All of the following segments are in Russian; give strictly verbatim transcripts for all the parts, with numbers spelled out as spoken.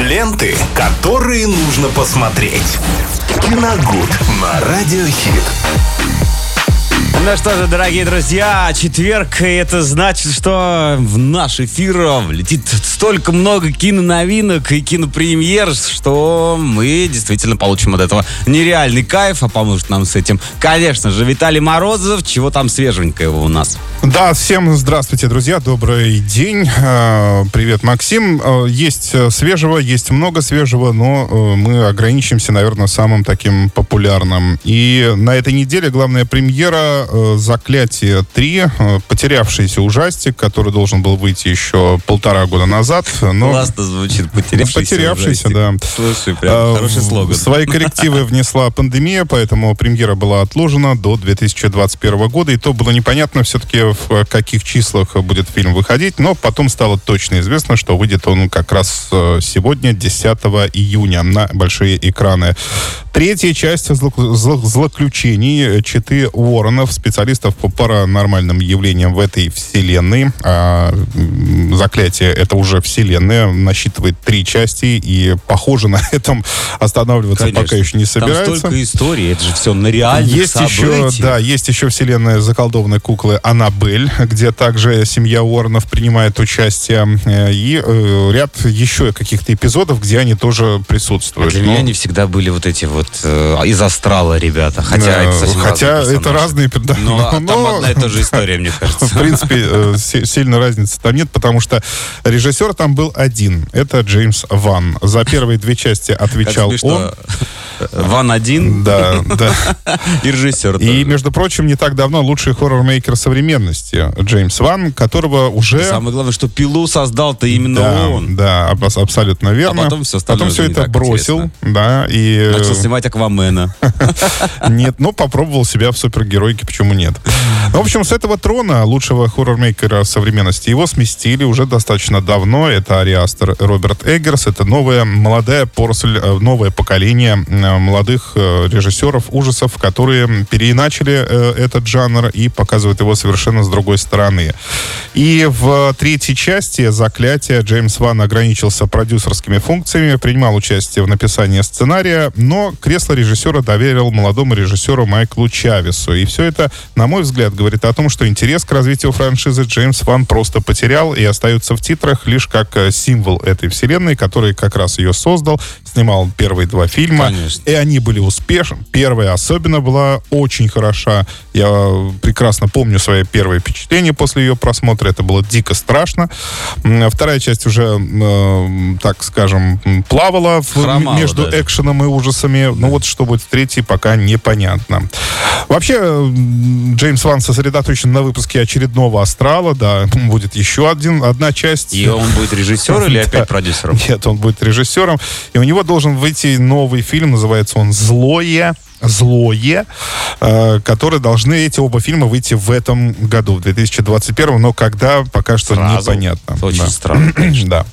Ленты, которые нужно посмотреть. Киногуд на Радиохит. Ну что же, дорогие друзья, четверг, и это значит, что в наш эфир влетит столько много киноновинок и кинопремьер, что мы действительно получим от этого нереальный кайф, а поможет нам с этим, конечно же, Виталий Морозов. Чего там свеженького у нас? Да, всем здравствуйте, друзья, добрый день. Привет, Максим. Есть свежего, есть много свежего, но мы ограничимся, наверное, самым таким популярным. И на этой неделе главная премьера «Заклятие три», потерявшийся ужастик, который должен был выйти еще полтора года назад. Но... Классно звучит, потерявшийся Потерявшийся, ужастик. да. Слушай, прям а, хороший слоган. Свои коррективы внесла пандемия, поэтому премьера была отложена до две тысячи двадцать первого года, и то было непонятно все-таки, в каких числах будет фильм выходить, но потом стало точно известно, что выйдет он как раз сегодня, десятого июня, на большие экраны. Третья часть злоключений четы Уорренов, специалистов по паранормальным явлениям в этой вселенной. А, «Заклятие» — это уже вселенная, насчитывает три части, и, похоже, на этом останавливаться Конечно. Пока еще не собирается. Там столько историй, это же все на реальных есть событиях. Еще, да, есть еще вселенная заколдованной куклы Аннабель, где также семья Уорренов принимает участие, и э, ряд еще каких-то эпизодов, где они тоже присутствуют. А для Но... меня они всегда были вот эти вот э, из астрала ребята, хотя да, это совсем хотя это разные, да, но, но, там но... одна и та же история, мне кажется. В принципе, сильно разницы там нет, потому что режиссер там был один. Это Джеймс Ван. За первые две части отвечал он. Ван один. Да, да. И режиссер. И, между прочим, не так давно лучший хоррор-мейкер современности Джеймс Ван, которого уже... Самое главное, что «Пилу» создал-то именно да, он. Да, абсолютно верно. А потом все, потом все это бросил. Да, и... Начал снимать «Аквамена». Нет, но попробовал себя в супергеройке, почему нет. Ну, в общем, с этого трона лучшего хоррор-мейкера современности его сместили уже достаточно давно. Это Ари Астер, Роберт Эггерс. Это новая молодая поросль, новое поколение молодых режиссеров ужасов, которые переиначили этот жанр и показывают его совершенно с другой стороны. И в третьей части «Заклятия» Джеймс Ван ограничился продюсерскими функциями, принимал участие в написании сценария, но кресло режиссера доверил молодому режиссеру Майклу Чавесу. И все это, на мой взгляд, говорит о том, что интерес к развитию франшизы Джеймс Ван просто потерял и остается в титрах лишь как символ этой вселенной, который как раз ее создал, снимал первые два фильма. Конечно. И они были успешны. Первая особенно была очень хороша. Я прекрасно помню свои первые впечатления после ее просмотра. Это было дико страшно. Вторая часть уже, э, так скажем, плавала в, Хромала, между даже. экшеном и ужасами. Да. Ну вот что будет в третьей, пока непонятно. Вообще, Джеймс Ван сосредоточен на выпуске очередного «Астрала». Да, будет еще один, одна часть. И он будет режиссером или опять продюсером? Нет, он будет режиссером. И у него должен выйти новый фильм, называется он «Злое». «Злое», э, которые должны, эти оба фильма, выйти в этом году, в две тысячи двадцать первом, но когда, пока что Сразу. непонятно. Это очень да. странно, конечно. Да.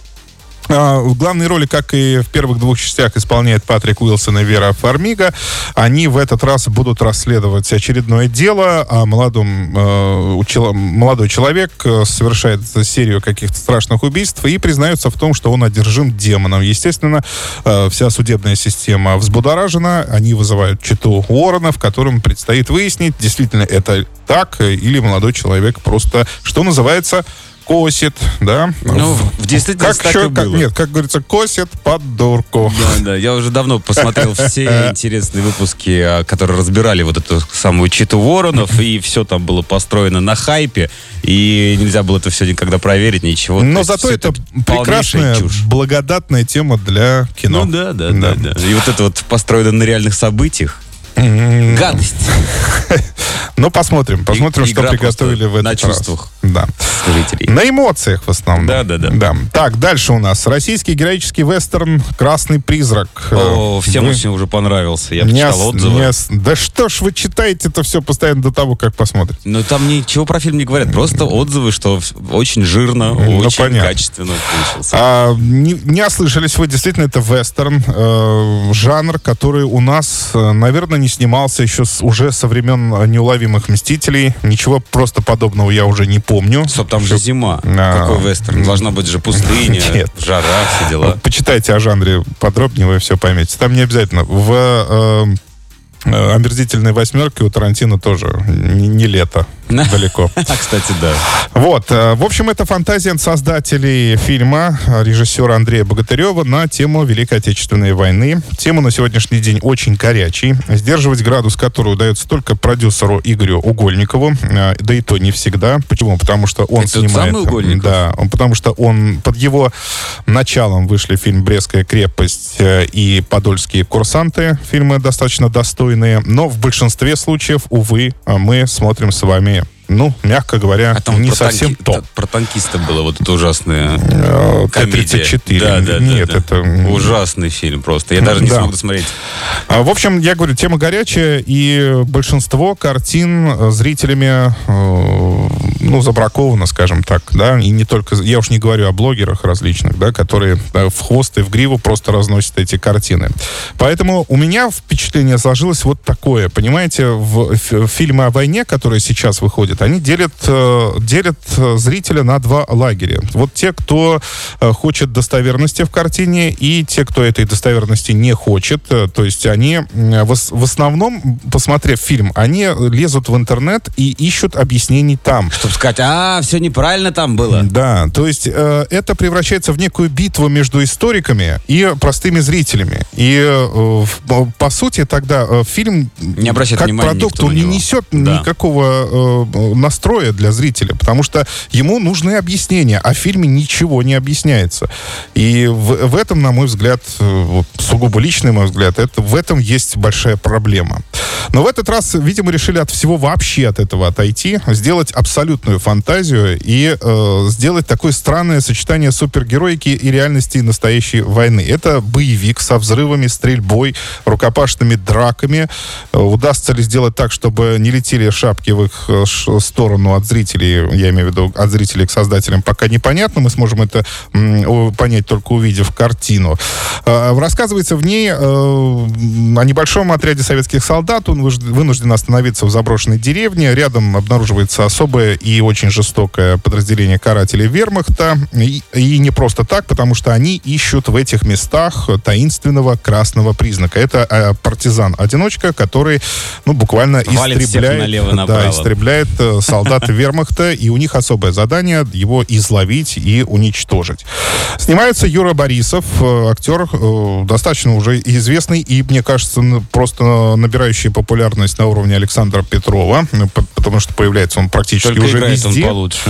В главной роли, как и в первых двух частях, исполняет Патрик Уилсон и Вера Фармига. Они в этот раз будут расследовать очередное дело, а молодом, э, учел, молодой человек совершает серию каких-то страшных убийств и признается в том, что он одержим демоном. Естественно, э, вся судебная система взбудоражена. Они вызывают чету Уорренов, которым предстоит выяснить, действительно это так, или молодой человек просто, что называется... косит, да? Ну, в действительности как так еще, и как, было. Нет, как говорится, косит под дурку. Да, да, я уже давно посмотрел все интересные выпуски, которые разбирали вот эту самую читу Уорренов, и все там было построено на хайпе, и нельзя было это все никогда проверить, ничего. Но зато это прекрасная, чушь. Благодатная тема для кино. Ну да, да, да, да, да. И вот это вот построено на реальных событиях. Гадость. Ну, посмотрим. Посмотрим, И, что приготовили в этот на раз. чувствах Да. зрителей. На эмоциях в основном. Да, да, да. да. Так, дальше у нас российский героический вестерн «Красный призрак». О, всем Вы... очень уже понравился. Я не почитал ос... отзывы. Не ос... Да что ж вы читаете это все постоянно до того, как посмотрите? Ну, там ничего про фильм не говорят. Просто отзывы, что очень жирно, ну, очень понятно. качественно получился. А, не, не ослышались вы, действительно, это вестерн. Э, жанр, который у нас, наверное, не снимался еще с, уже со времен «Неуловимых «Невидимых мстителей». Ничего просто подобного я уже не помню. Стоп, там же зима. А... Какой вестерн? Должна быть же пустыня, Нет. жара, все дела. Почитайте о жанре подробнее, вы все поймете. Там не обязательно. В э, «Омерзительной восьмерке» у Тарантино тоже не, не лето. Далеко. А, кстати, да. Вот. В общем, это фантазия создателей фильма, режиссера Андрея Богатырева, на тему Великой Отечественной войны. Тема на сегодняшний день очень горячий. Сдерживать градус, который удается только продюсеру Игорю Угольникову. Да и то не всегда. Почему? Потому что он это снимает... самый Угольников? Да. Потому что он... Под его началом вышли фильм «Брестская крепость» и «Подольские курсанты». Фильмы достаточно достойные. Но в большинстве случаев, увы, мы смотрим с вами, ну, мягко говоря, а там не про совсем танки, то. Про танкиста было вот это ужасное Т тридцать четыре. Да, да, Нет, да, да. это... Ужасный фильм просто. Я даже не да. смог досмотреть. В общем, я говорю, тема горячая, и большинство картин зрителями, ну, забраковано, скажем так, да, и не только... Я уж не говорю о блогерах различных, да, которые в хвост и в гриву просто разносят эти картины. Поэтому у меня впечатление сложилось вот такое. Понимаете, в, в фильмы о войне, которые сейчас выходят, они делят, делят зрителя на два лагеря. Вот те, кто хочет достоверности в картине, и те, кто этой достоверности не хочет. То есть они в, в основном, посмотрев фильм, они лезут в интернет и ищут объяснений там. Чтобы сказать, а, все неправильно там было. Да, то есть э, это превращается в некую битву между историками и простыми зрителями. И э, по сути тогда э, фильм не как продукт, он не несет да. никакого э, настроя для зрителя, потому что ему нужны объяснения, а в фильме ничего не объясняется. И в, в этом, на мой взгляд, вот, сугубо личный мой взгляд, это, в этом есть большая проблема. Но в этот раз, видимо, решили от всего вообще от этого отойти, сделать абсолютную фантазию и э, сделать такое странное сочетание супергероики и реальности настоящей войны. Это боевик со взрывами, стрельбой, рукопашными драками. Э, удастся ли сделать так, чтобы не летели шапки в их э, сторону от зрителей, я имею в виду от зрителей к создателям, пока непонятно. Мы сможем это м, понять, только увидев картину. Э, рассказывается в ней э, о небольшом отряде советских солдат. Он вынужден остановиться в заброшенной деревне. Рядом обнаруживается особое и очень жестокое подразделение карателей вермахта. И, и не просто так, потому что они ищут в этих местах таинственного красного признака. Это э, партизан-одиночка, который, ну, буквально Валит истребляет, налево, да, истребляет э, солдат вермахта, и у них особое задание его изловить и уничтожить. Снимается Юра Борисов, э, актер, э, достаточно уже известный и, мне кажется, просто набирающий популярность на уровне Александра Петрова, потому что появляется он практически Только уже играет везде. Он получше.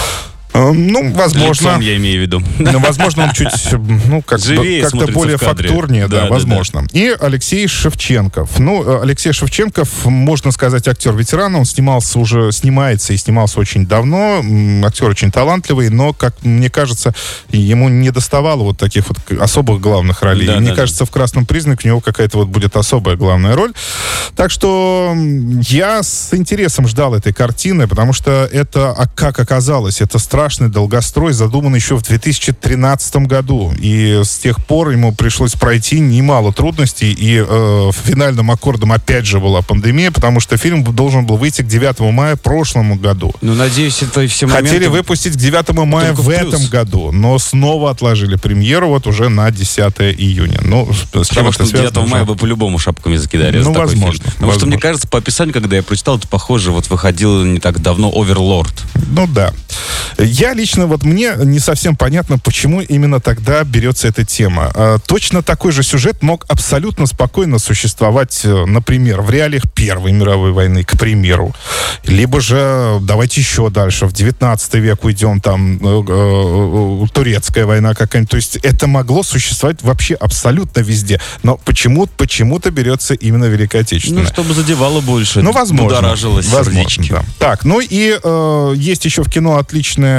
Ну, возможно. Лицом, я имею в виду. Ну, возможно, он чуть, ну, как живее как-то более фактурнее, да, да, да, возможно. Да. И Алексей Шевченков. Ну, Алексей Шевченков, можно сказать, актер-ветеран. Он снимался уже, снимается и снимался очень давно. Актер очень талантливый, но, как мне кажется, ему не доставало вот таких вот особых главных ролей. Да, мне да, кажется, да. в «Красном признаке» у него какая-то вот будет особая главная роль. Так что я с интересом ждал этой картины, потому что это, а как оказалось, это страшно. Страшный долгострой, задуман еще в две тысячи тринадцатом году. И с тех пор ему пришлось пройти немало трудностей. И э, финальным аккордом опять же была пандемия, потому что фильм должен был выйти к девятому мая прошлому году. Ну, надеюсь, это все моменты... Хотели выпустить к девятому мая в, в этом году, но снова отложили премьеру вот уже на десятое июня. Ну, с чем это связано? девятого мая бы по-любому шапками закидали. Ну, возможно. Потому возможно. что, мне кажется, по описанию, когда я прочитал, это похоже, вот выходил не так давно «Оверлорд». Ну, да. Я лично, вот мне не совсем понятно, почему именно тогда берется эта тема. А, точно такой же сюжет мог абсолютно спокойно существовать, например, в реалиях Первой мировой войны, к примеру. Либо же, давайте еще дальше, в девятнадцатый век уйдем, там, э, э, турецкая война какая-нибудь. То есть это могло существовать вообще абсолютно везде. Но почему, почему-то берется именно Великая Отечественная. Ну, чтобы задевало больше. Ну, возможно. Будоражилось возможно, сердечки. Да. Так, ну и э, есть еще в кино отличная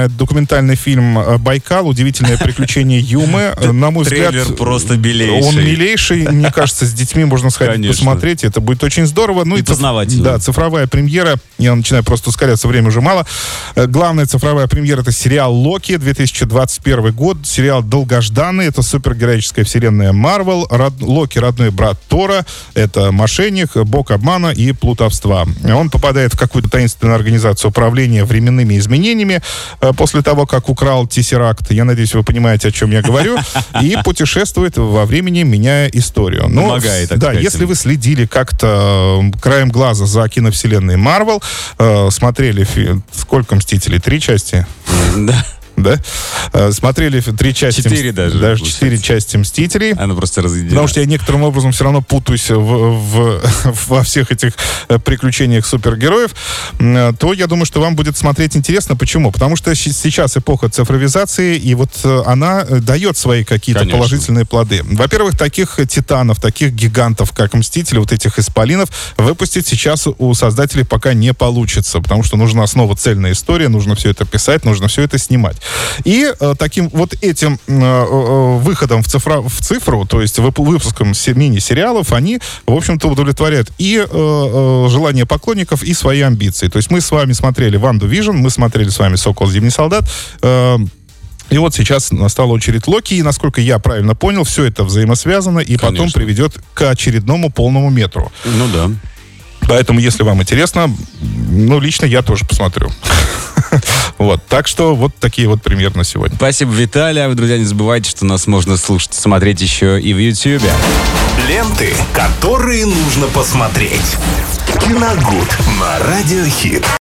замечательный документальный фильм «Байкал. Удивительное приключение Юмы». На мой взгляд, трейлер просто милейший. Он милейший. Мне кажется, с детьми можно сходить Конечно. посмотреть. Это будет очень здорово. Ну и, и познавательно. Да, цифровая премьера. Я начинаю просто ускоряться, время уже мало. Главная цифровая премьера — это сериал «Локи», две тысячи двадцать первый год. Сериал долгожданный. Это супергероическая вселенная Марвел. Род... Локи — родной брат Тора. Это мошенник, бог обмана и плутовства. Он попадает в какую-то таинственную организацию управления временными изменениями после того, как украл Тессеракт. Я надеюсь, вы понимаете, о чем я говорю. И путешествует во времени, меняя историю. Но, Помогает, так да, сказать. Если вы следили как-то краем глаза за киновселенной Марвел, э, смотрели фи... сколько «Мстителей»? Три части? Да. Да? Смотрели три части... Четыре даже. Даже четыре части «Мстителей». Она просто разъединена. Потому что я некоторым образом все равно путаюсь в, в, во всех этих приключениях супергероев. То я думаю, что вам будет смотреть интересно. Почему? Потому что сейчас эпоха цифровизации, и вот она дает свои какие-то Конечно. положительные плоды. Во-первых, таких титанов, таких гигантов, как «Мстители», вот этих исполинов, выпустить сейчас у создателей пока не получится. Потому что нужна снова цельная история, нужно все это писать, нужно все это снимать. И э, таким вот этим э, э, выходом в, цифра, в цифру, то есть вып- выпуском мини-сериалов, они, в общем-то, удовлетворяют и э, э, желания поклонников, и свои амбиции. То есть мы с вами смотрели «Ванду Вижн», мы смотрели с вами «Сокол. Зимний солдат», э, и вот сейчас настала очередь Локи, и, насколько я правильно понял, все это взаимосвязано, и Конечно. потом приведет к очередному полному метру. Ну да. Поэтому, если вам интересно, ну, лично я тоже посмотрю. Вот, так что вот такие вот примерно сегодня. Спасибо, Виталий. А вы, друзья, не забывайте, что нас можно слушать, смотреть еще и в Ютьюбе. Ленты, которые нужно посмотреть. Киногуд на Радио Хит.